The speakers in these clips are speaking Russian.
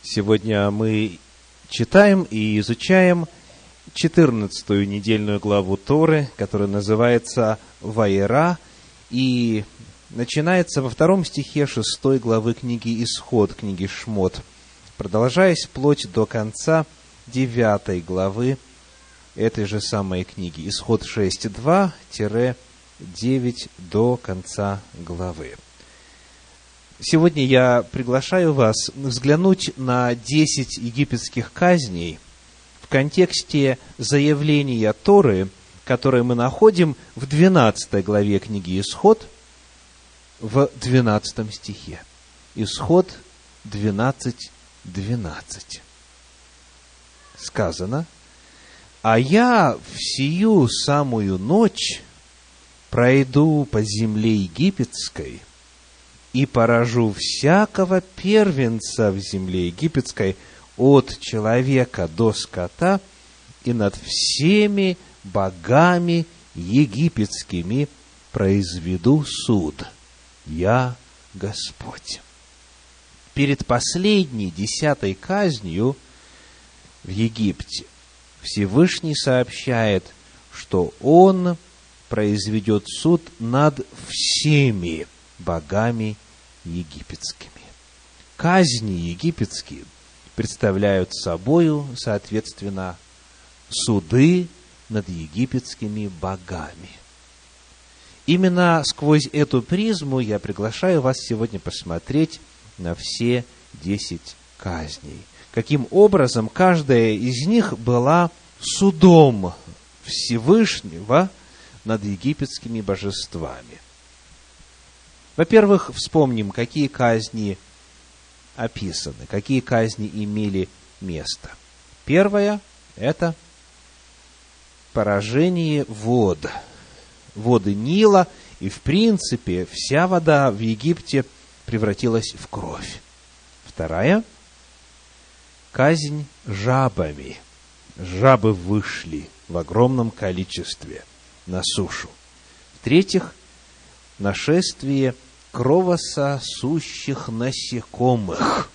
Сегодня мы читаем и изучаем 14-ю недельную главу Торы, которая называется «Ваера», и начинается во 2 стихе 6 главы книги «Исход», книги Шмот, продолжаясь вплоть до конца 9 главы этой же самой книги. Исход 6:2-9 до конца главы. Сегодня я приглашаю вас взглянуть на 10 египетских казней в контексте заявления Торы, которое мы находим в 12 главе книги «Исход», в 12 стихе. Исход 12:12. Сказано: «А я в сию самую ночь пройду по земле египетской и поражу всякого первенца в земле египетской, от человека до скота, и над всеми богами египетскими произведу суд. Я Господь». Перед последней 10-й казнью в Египте Всевышний сообщает, что Он произведет суд над всеми богами египетскими. Казни египетские представляют собою, соответственно, суды над египетскими богами. Именно сквозь эту призму я приглашаю вас сегодня посмотреть на все 10 казней. Каким образом каждая из них была судом Всевышнего над египетскими божествами. Во-первых, вспомним, какие казни описаны, какие казни имели место. Первое – это поражение вод. Воды Нила, и, в принципе, вся вода в Египте превратилась в кровь. Вторая – казнь жабами. Жабы вышли в огромном количестве на сушу. В-третьих, нашествие кровососущих насекомых.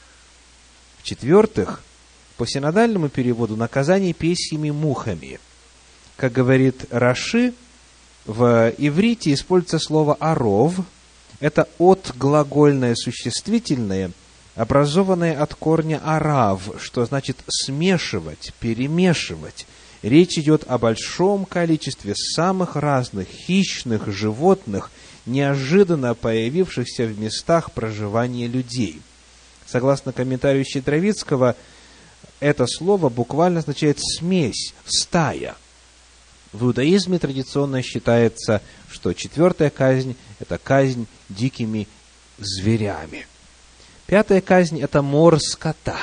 В-четвертых, по синодальному переводу, наказание песьими мухами. Как говорит Раши, в иврите используется слово «аров». Это отглагольное существительное, образованное от корня «арав», что значит «смешивать», «перемешивать». Речь идет о большом количестве самых разных хищных животных, неожиданно появившихся в местах проживания людей. Согласно комментарию Щедровицкого, это слово буквально означает «смесь», «стая». В иудаизме традиционно считается, что 4-я казнь – это казнь дикими зверями. 5-я казнь – это мор скота.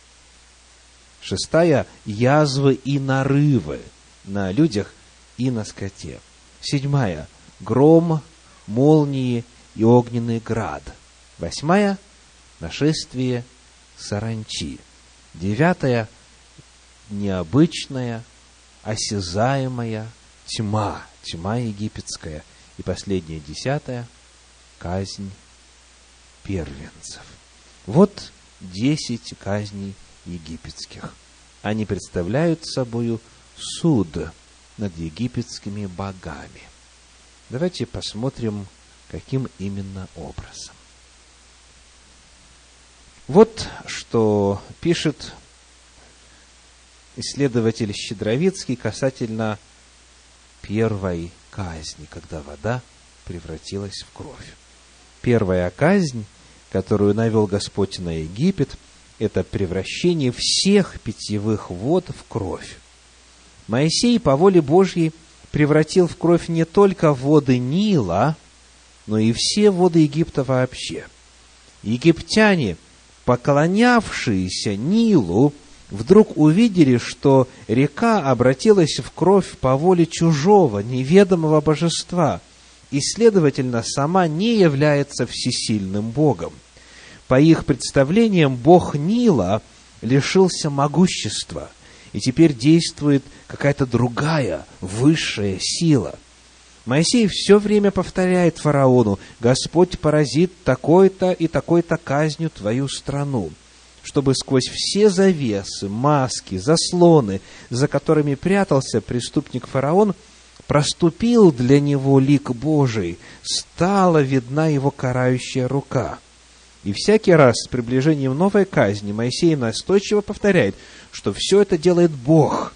6-я – язвы и нарывы на людях и на скоте. 7-я – гром, молнии и огненный град. 8-я – нашествие саранчи. 9-я – необычная, осязаемая тьма, тьма египетская. И последняя, 10-я – казнь первенцев. Вот 10 казней египетских. Они представляют собою суд над египетскими богами. Давайте посмотрим, каким именно образом. Вот что пишет исследователь Щедровицкий касательно первой казни, когда вода превратилась в кровь. Первая казнь, которую навел Господь на Египет, это превращение всех питьевых вод в кровь. Моисей по воле Божьей превратил в кровь не только воды Нила, но и все воды Египта вообще. Египтяне, поклонявшиеся Нилу, вдруг увидели, что река обратилась в кровь по воле чужого, неведомого божества, и, следовательно, сама не является всесильным Богом. По их представлениям, Бог Нила лишился могущества, и теперь действует какая-то другая, высшая сила. Моисей все время повторяет фараону: «Господь поразит такой-то и такой-то казнью твою страну». чтобы сквозь все завесы, маски, заслоны, за которыми прятался преступник фараон, проступил для него лик Божий, стала видна его карающая рука. И всякий раз с приближением новой казни Моисей настойчиво повторяет, что все это делает Бог.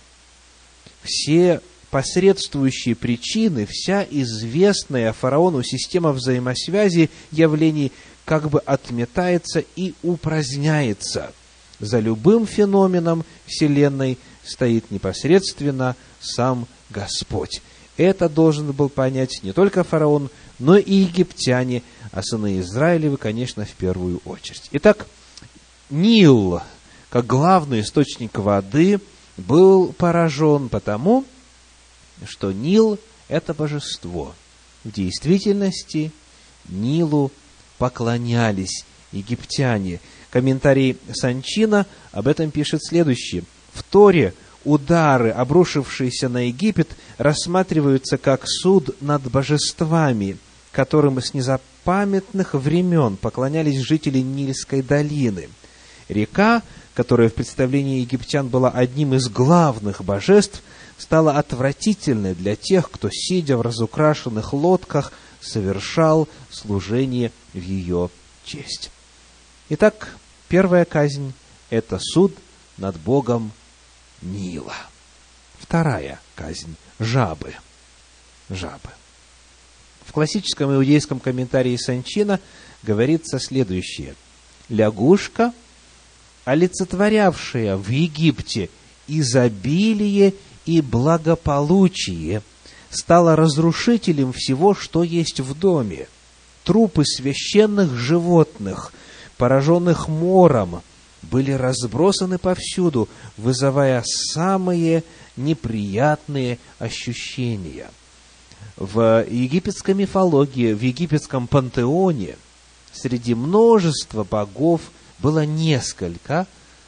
Все посредствующие причины, вся известная фараону система взаимосвязи явлений как бы отметается и упраздняется. За любым феноменом Вселенной стоит непосредственно сам Господь. Это должен был понять не только фараон, но и египтяне, а сыны Израилевы, конечно, в первую очередь. Итак, Нил, как главный источник воды, был поражен потому, что Нил – это божество. В действительности Нилу поклонялись египтяне. Комментарий Санчина об этом пишет следующее. В Торе удары, обрушившиеся на Египет, рассматриваются как суд над божествами, которым с незапамятных времен поклонялись жители Нильской долины. Река, которая в представлении египтян была одним из главных божеств, стала отвратительной для тех, кто, сидя в разукрашенных лодках, совершал служение в ее честь. Итак, первая казнь – это суд над Богом Нила. Вторая казнь – жабы. Жабы. В классическом иудейском комментарии Санчина говорится следующее. Лягушка, олицетворявшая в Египте изобилие и благополучие, стала разрушителем всего, что есть в доме. Трупы священных животных, пораженных мором, были разбросаны повсюду, вызывая самые неприятные ощущения. В египетской мифологии, в египетском пантеоне, среди множества богов было несколько,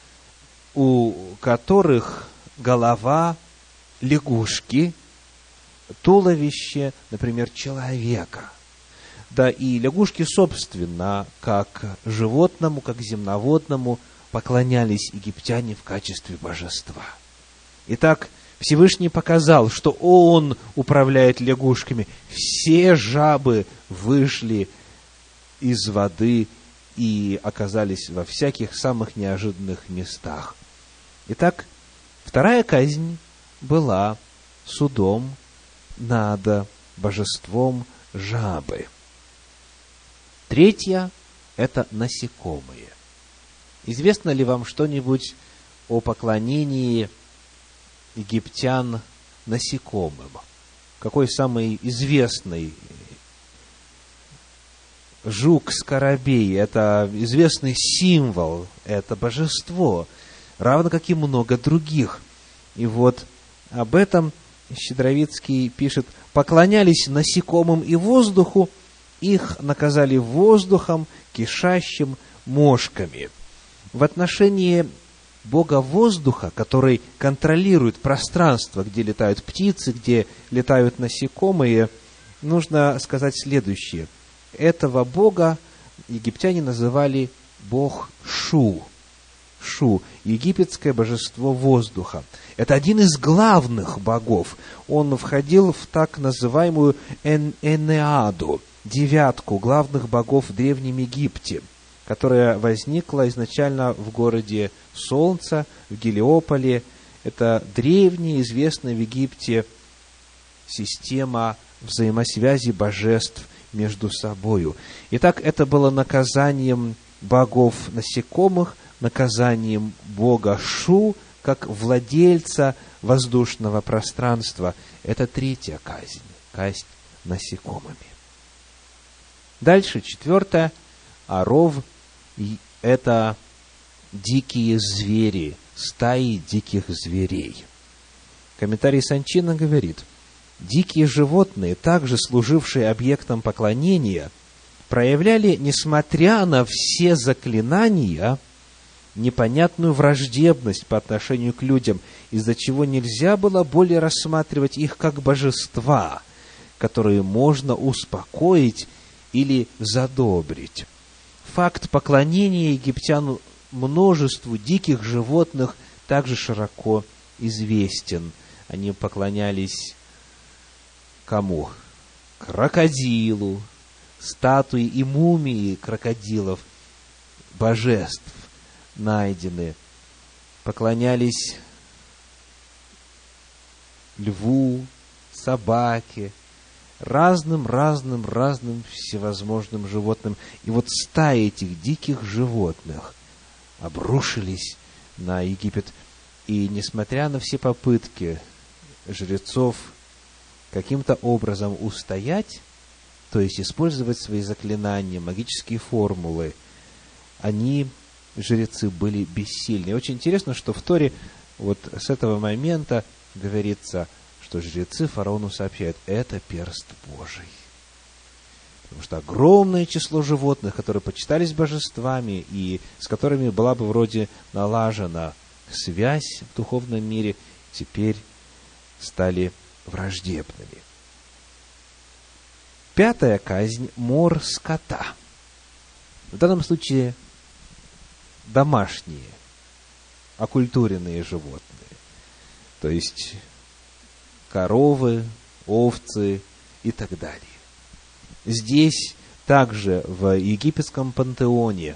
у которых голова лягушки, туловище, например, человека. Да и лягушки, собственно, как животному, как земноводному, поклонялись египтяне в качестве божества. Итак, Всевышний показал, что Он управляет лягушками. Все жабы вышли из воды и оказались во всяких самых неожиданных местах. Итак, вторая казнь была судом над божеством жабы. Третья – это насекомые. Известно ли вам что-нибудь о поклонении египтян насекомым? Какой самый известный? Жук-скоробей – это известный символ, это божество, равно как и много других. И вот об этом Щедровицкий пишет: «Поклонялись насекомым и воздуху, их наказали воздухом, кишащим мошками». В отношении Бога воздуха, который контролирует пространство, где летают птицы, где летают насекомые, нужно сказать следующее. Этого Бога египтяне называли Бог Шу. Шу, египетское божество воздуха. Это один из главных богов. Он входил в так называемую Энеаду, девятку главных богов в Древнем Египте, которая возникла изначально в городе Солнца, в Гелиополе. Это древняя, известная в Египте система взаимосвязи божеств между собою. Итак, это было наказанием богов насекомых, наказанием бога Шу, как владельца воздушного пространства. Это третья казнь, казнь насекомыми. Дальше, четвертая, аров, это дикие звери, стаи диких зверей. Комментарий Санчина говорит: дикие животные, также служившие объектом поклонения, проявляли, несмотря на все заклинания, непонятную враждебность по отношению к людям, из-за чего нельзя было более рассматривать их как божества, которые можно успокоить или задобрить. Факт поклонения египтян множеству диких животных также широко известен. Они поклонялись кому? Крокодилу, статуи и мумии крокодилов, божеств найдены. Поклонялись льву, собаке, разным всевозможным животным. И вот стаи этих диких животных обрушились на Египет. И несмотря на все попытки жрецов каким-то образом устоять, то есть использовать свои заклинания, магические формулы, жрецы были бессильны. И очень интересно, что в Торе вот с этого момента говорится, что жрецы фараону сообщают: это перст Божий. Потому что огромное число животных, которые почитались божествами и с которыми была бы вроде налажена связь в духовном мире, теперь стали враждебными. 5-я казнь – мор скота. В данном случае домашние, окультуренные животные. То есть коровы, овцы и так далее. Здесь также в египетском пантеоне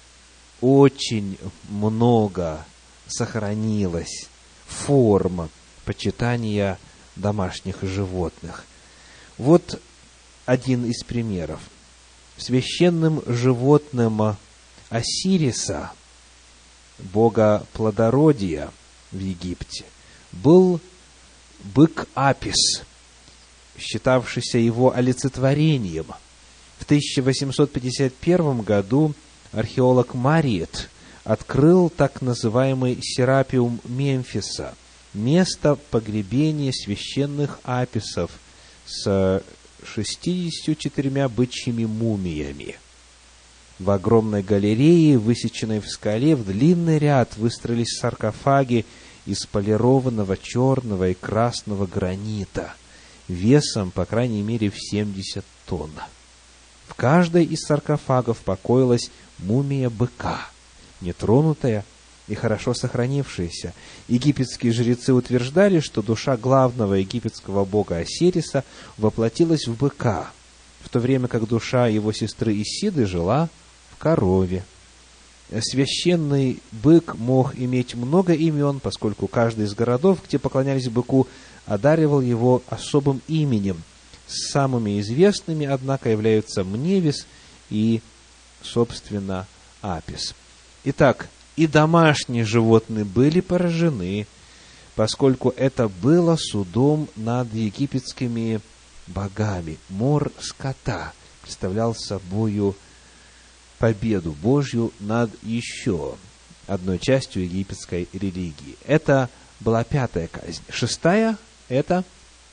очень много сохранилось форм почитания домашних животных. Вот один из примеров. Священным животным Осириса, бога плодородия в Египте, был бык Апис, считавшийся его олицетворением. В 1851 году археолог Мариет открыл так называемый Серапиум Мемфиса, место погребения священных аписов с 64 бычьими мумиями. В огромной галерее, высеченной в скале, в длинный ряд выстроились саркофаги из полированного черного и красного гранита, весом, по крайней мере, в 70 тонн. В каждой из саркофагов покоилась мумия быка, нетронутая и хорошо сохранившаяся. Египетские жрецы утверждали, что душа главного египетского бога Осириса воплотилась в быка, в то время как душа его сестры Исиды жила в корове. Священный бык мог иметь много имен, поскольку каждый из городов, где поклонялись быку, одаривал его особым именем. Самыми известными, однако, являются Мневис и, собственно, Апис. Итак, и домашние животные были поражены, поскольку это было судом над египетскими богами. Мор скота представлял собою победу Божью над еще одной частью египетской религии. Это была 5-я казнь. 6-я – это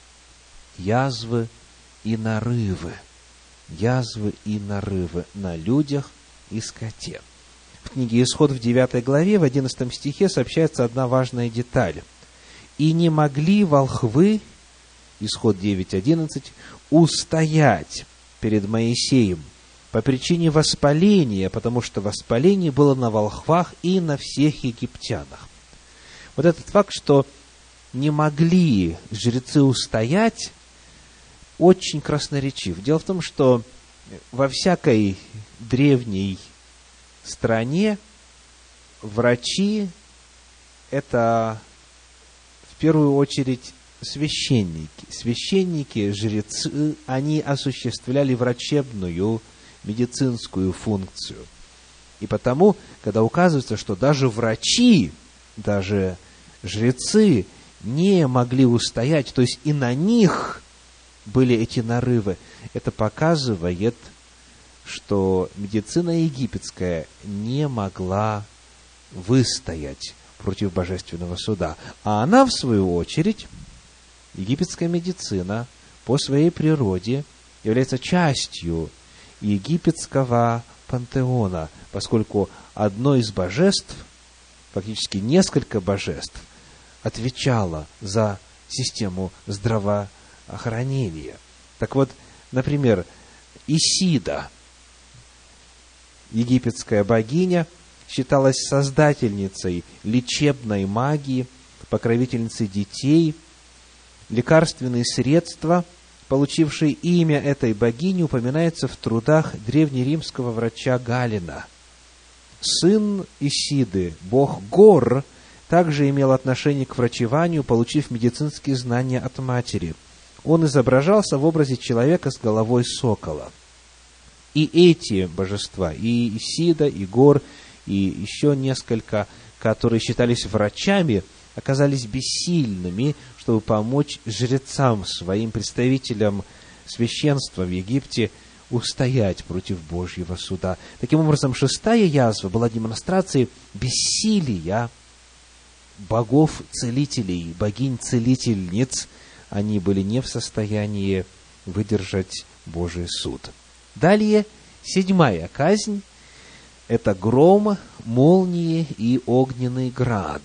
язвы и нарывы. Язвы и нарывы на людях и скоте. В книге Исход в 9 главе, в 11 стихе сообщается одна важная деталь. «И не могли волхвы, Исход 9:11, устоять перед Моисеем по причине воспаления, потому что воспаление было на волхвах и на всех египтянах». Вот этот факт, что не могли жрецы устоять, очень красноречив. Дело в том, что во всякой древней стране врачи – это в первую очередь священники. Священники, жрецы, они осуществляли врачебную, медицинскую функцию. И потому, когда указывается, что даже врачи, даже жрецы не могли устоять, то есть и на них были эти нарывы, это показывает, что медицина египетская не могла выстоять против божественного суда. А она, в свою очередь, египетская медицина, по своей природе, является частью египетского пантеона, поскольку одно из божеств, фактически несколько божеств, отвечало за систему здравоохранения. Так вот, например, Исида, египетская богиня, считалась создательницей лечебной магии, покровительницей детей. Лекарственные средства, получившие имя этой богини, упоминаются в трудах древнеримского врача Галена. Сын Исиды, бог Гор, также имел отношение к врачеванию, получив медицинские знания от матери. Он изображался в образе человека с головой сокола. И эти божества, и Исида, и Гор, и еще несколько, которые считались врачами, оказались бессильными, чтобы помочь жрецам, своим представителям священства в Египте, устоять против Божьего суда. Таким образом, шестая язва была демонстрацией бессилия богов-целителей, богинь-целительниц. Они были не в состоянии выдержать Божий суд. Далее, седьмая казнь – это гром, молнии и огненный град.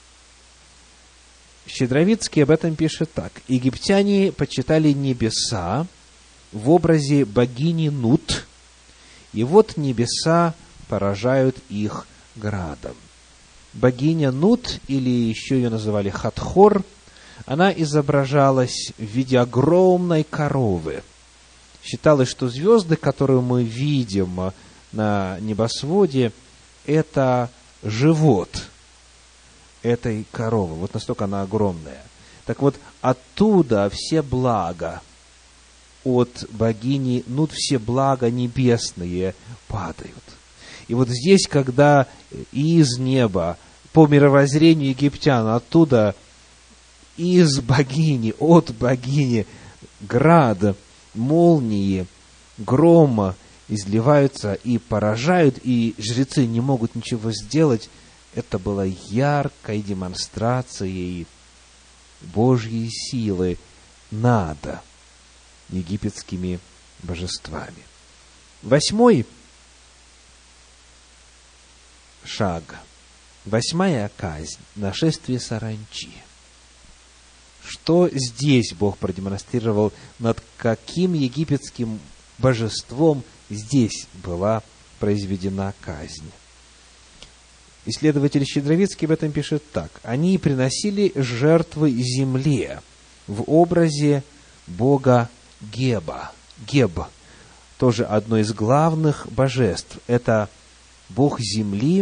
Щедровицкий об этом пишет так. Египтяне почитали небеса в образе богини Нут, и вот небеса поражают их градом. Богиня Нут, или еще ее называли Хатхор, она изображалась в виде огромной коровы. Считалось, что звезды, которые мы видим на небосводе, это живот этой коровы. Вот настолько она огромная. Так вот, оттуда все блага от богини Нут, все блага небесные падают. И вот здесь, когда из неба, по мировоззрению египтян, оттуда из богини, от богини, град, молнии, грома изливаются и поражают, и жрецы не могут ничего сделать, это была яркой демонстрацией Божьей силы над египетскими божествами. Восьмой шаг, восьмая казнь, нашествие саранчи. Что здесь Бог продемонстрировал, над каким египетским божеством здесь была произведена казнь? Исследователь Щедровицкий об этом пишет так. Они приносили жертвы земле в образе бога Геба. Геб тоже одно из главных божеств. Это бог земли.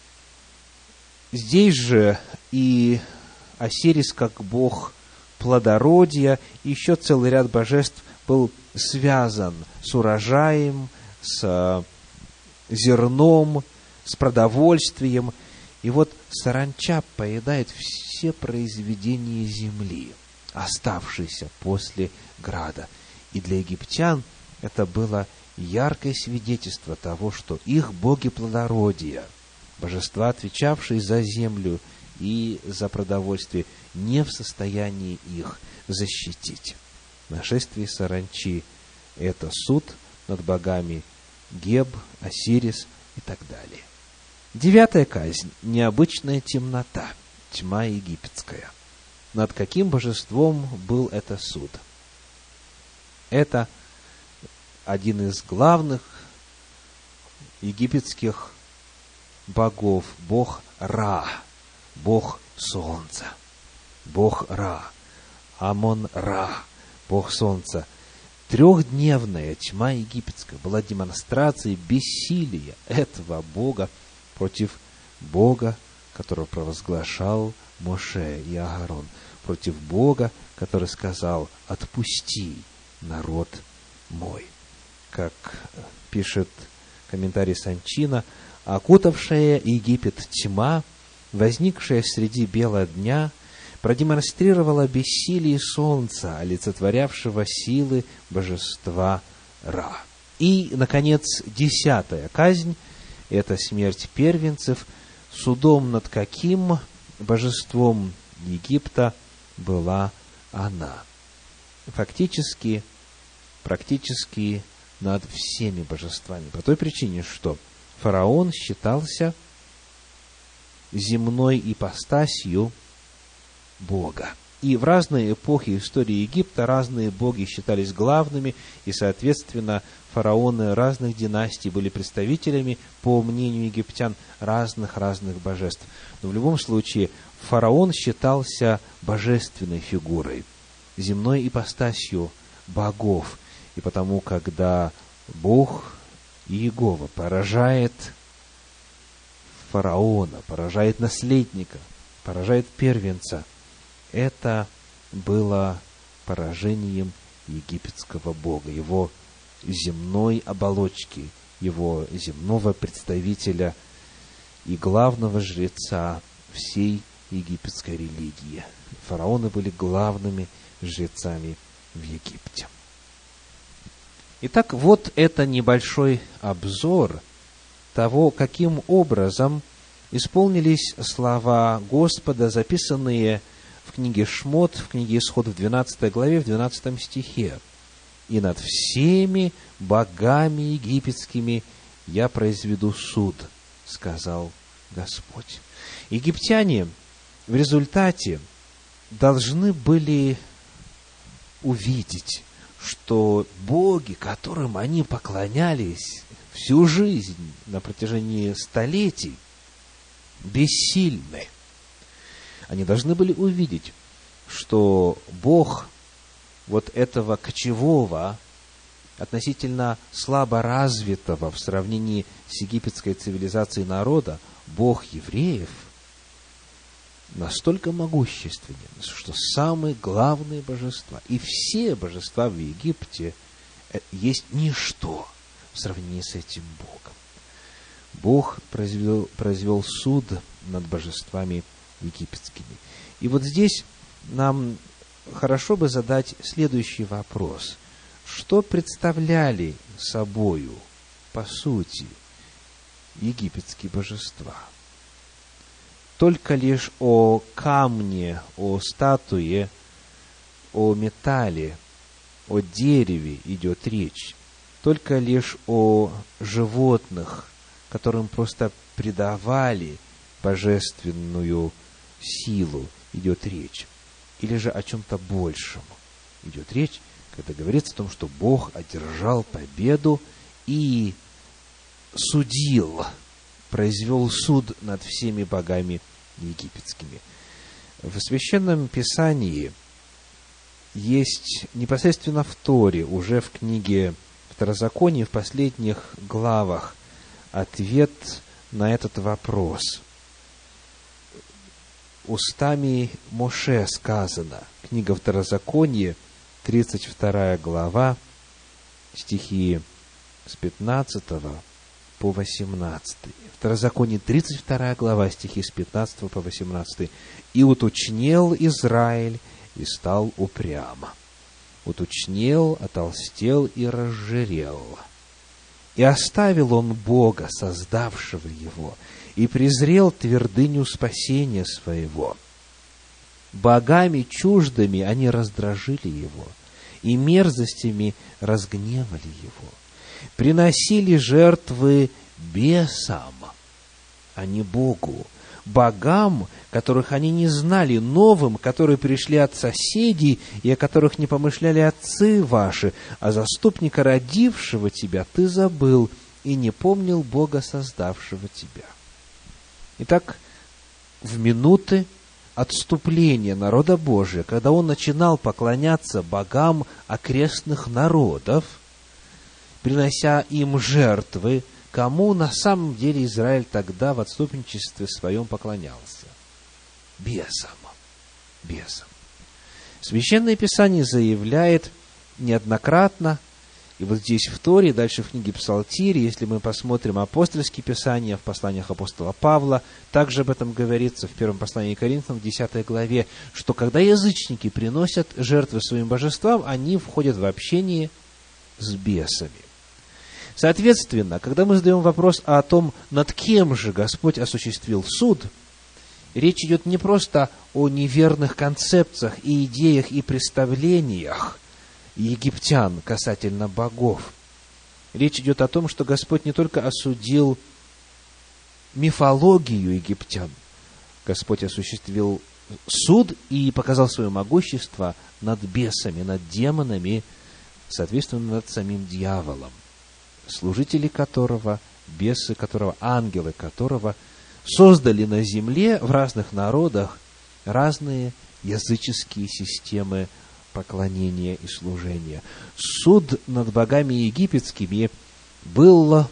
Здесь же и Осирис как бог плодородия, и еще целый ряд божеств был связан с урожаем, с зерном, с продовольствием. И вот саранча поедает все произведения земли, оставшиеся после града. И для египтян это было яркое свидетельство того, что их боги плодородия, божества, отвечавшие за землю и за продовольствие, не в состоянии их защитить. Нашествие саранчи – это суд над богами Геб, Осирис и так далее. Девятая казнь – необычная темнота, тьма египетская. Над каким божеством был это суд? Это один из главных египетских богов, бог Ра, бог солнца, бог Ра, Амон-Ра, бог солнца. Трехдневная тьма египетская была демонстрацией бессилия этого бога против Бога, которого провозглашал Моше и Аарон, против Бога, который сказал: «Отпусти народ мой». Как пишет комментарий Санчина, окутавшая Египет тьма, возникшая среди бела дня, продемонстрировала бессилие солнца, олицетворявшего силы божества Ра. И, наконец, десятая казнь – это смерть первенцев, судом над каким божеством Египта была она. Фактически, практически над всеми божествами. По той причине, что фараон считался земной ипостасью Бога. И в разные эпохи истории Египта разные боги считались главными, и, соответственно, фараоны разных династий были представителями, по мнению египтян, разных божеств. Но в любом случае, фараон считался божественной фигурой, земной ипостасью богов. И потому, когда Бог Иегова поражает фараона, поражает наследника, поражает первенца, это было поражением египетского бога, его земной оболочки, его земного представителя и главного жреца всей египетской религии. Фараоны были главными жрецами в Египте. Итак, вот это небольшой обзор того, каким образом исполнились слова Господа, записанные в книге Шмот, в книге Исход в 12 главе, в 12 стихе. «И над всеми богами египетскими я произведу суд, сказал Господь». Египтяне в результате должны были увидеть, что боги, которым они поклонялись всю жизнь на протяжении столетий, бессильны. Они должны были увидеть, что Бог вот этого кочевого, относительно слабо развитого в сравнении с египетской цивилизацией народа, Бог евреев, настолько могущественен, что самые главные божества и все божества в Египте есть ничто в сравнении с этим Богом. Бог произвел суд над божествами египетскими. И вот здесь нам хорошо бы задать следующий вопрос. Что представляли собою, по сути, египетские божества? Только лишь о камне, о статуе, о металле, о дереве идет речь. Только лишь о животных, которым просто придавали божественную силу, идет речь. Или же о чем-то большем идет речь, когда говорится о том, что Бог одержал победу и судил, произвел суд над всеми богами египетскими. В Священном Писании есть непосредственно в Торе, уже в книге Второзакония, в последних главах, ответ на этот вопрос. Устами Моше сказано, книга Второзакония, 32 глава, стихи с 15 по 18. Второзаконие, 32 глава, стихи с 15 по 18. «И уточнел Израиль, и стал упрямо. Уточнел, отолстел и разжирел. И оставил он Бога, создавшего его, и презрел твердыню спасения своего. Богами чуждыми они раздражили его, и мерзостями разгневали его. Приносили жертвы бесам, а не Богу, богам, которых они не знали, новым, которые пришли от соседей и о которых не помышляли отцы ваши, а заступника, родившего тебя, ты забыл и не помнил Бога, создавшего тебя». Итак, в минуты отступления народа Божия, когда он начинал поклоняться богам окрестных народов, принося им жертвы, кому на самом деле Израиль тогда в отступничестве своем поклонялся? Бесам. Бесам. Священное Писание заявляет неоднократно, и вот здесь в Торе, дальше в книге Псалтирь, если мы посмотрим апостольские писания, в посланиях апостола Павла, также об этом говорится в первом послании к Коринфянам, в 10 главе, что когда язычники приносят жертвы своим божествам, они входят в общение с бесами. Соответственно, когда мы задаем вопрос о том, над кем же Господь осуществил суд, речь идет не просто о неверных концепциях и идеях и представлениях египтян касательно богов. Речь идет о том, что Господь не только осудил мифологию египтян, Господь осуществил суд и показал свое могущество над бесами, над демонами, соответственно, над самим дьяволом, служители которого, бесы которого, ангелы которого создали на земле в разных народах разные языческие системы поклонения и служения. Суд над богами египетскими был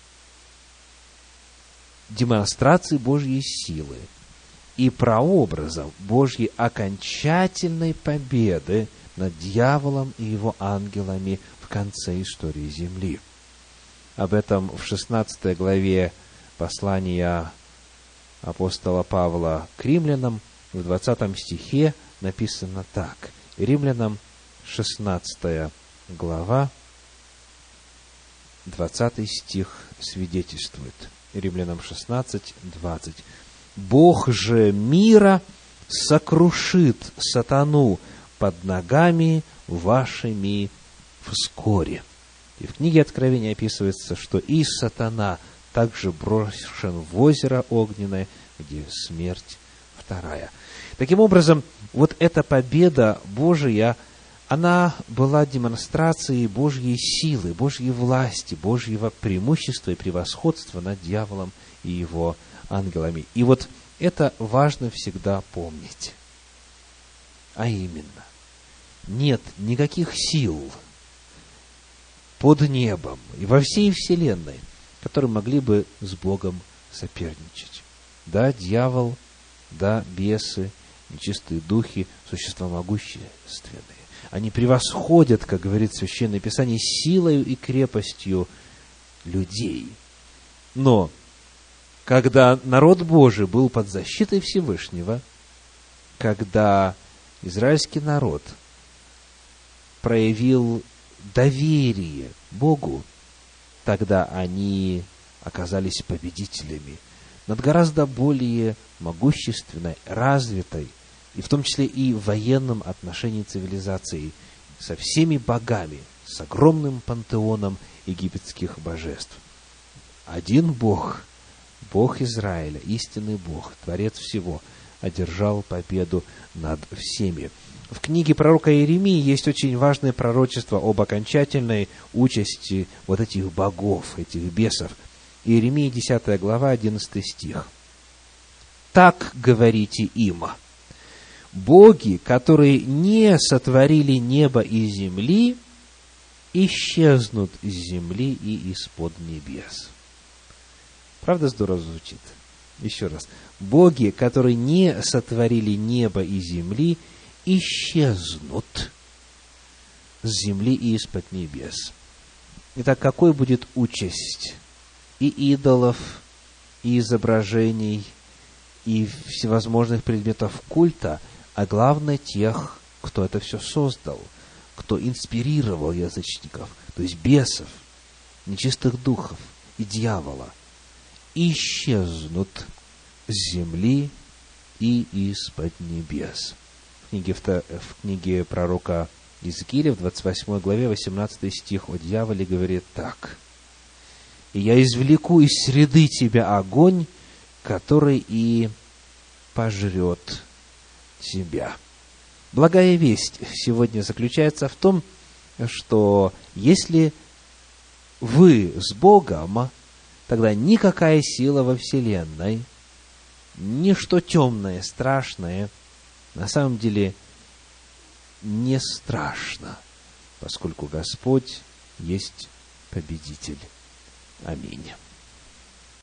демонстрацией Божьей силы и прообразом Божьей окончательной победы над дьяволом и его ангелами в конце истории земли. Об этом в 16 главе послания апостола Павла к римлянам в 20 стихе написано так. Римлянам 16 глава, 20 стих свидетельствует. Римлянам 16, 20. «Бог же мира сокрушит сатану под ногами вашими вскоре». И в книге Откровения описывается, что и сатана также брошен в озеро огненное, где смерть вторая. Таким образом, вот эта победа Божия, она была демонстрацией Божьей силы, Божьей власти, Божьего преимущества и превосходства над дьяволом и его ангелами. И вот это важно всегда помнить. А именно, нет никаких сил под небом и во всей вселенной, которые могли бы с Богом соперничать. Да, дьявол, да, бесы, нечистые духи, существа могущественные. Они превосходят, как говорит Священное Писание, силою и крепостью людей. Но, когда народ Божий был под защитой Всевышнего, когда израильский народ проявил доверие Богу, тогда они оказались победителями над гораздо более могущественной, развитой, и в том числе и в военном отношении цивилизацией, со всеми богами, с огромным пантеоном египетских божеств. Один Бог, Бог Израиля, истинный Бог, Творец всего, одержал победу над всеми. В книге пророка Иеремии есть очень важное пророчество об окончательной участи вот этих богов, этих бесов. Иеремия 10 глава, 11 стих. «Так говорите им: боги, которые не сотворили небо и земли, исчезнут из земли и из-под небес». Правда здорово звучит? Еще раз. Боги, которые не сотворили небо и земли, исчезнут с земли и из-под небес. Итак, какой будет участь и идолов, и изображений, и всевозможных предметов культа, а главное тех, кто это все создал, кто инспирировал язычников, то есть бесов, нечистых духов и дьявола, исчезнут с земли и из-под небес. В книге пророка Иезекииля, в 28 главе, 18 стих, о дьяволе говорит так: «И я извлеку из среды тебя огонь, который и пожрет тебя». Благая весть сегодня заключается в том, что если вы с Богом, тогда никакая сила во вселенной, ничто темное, страшное, на самом деле не страшно, поскольку Господь есть победитель. Аминь.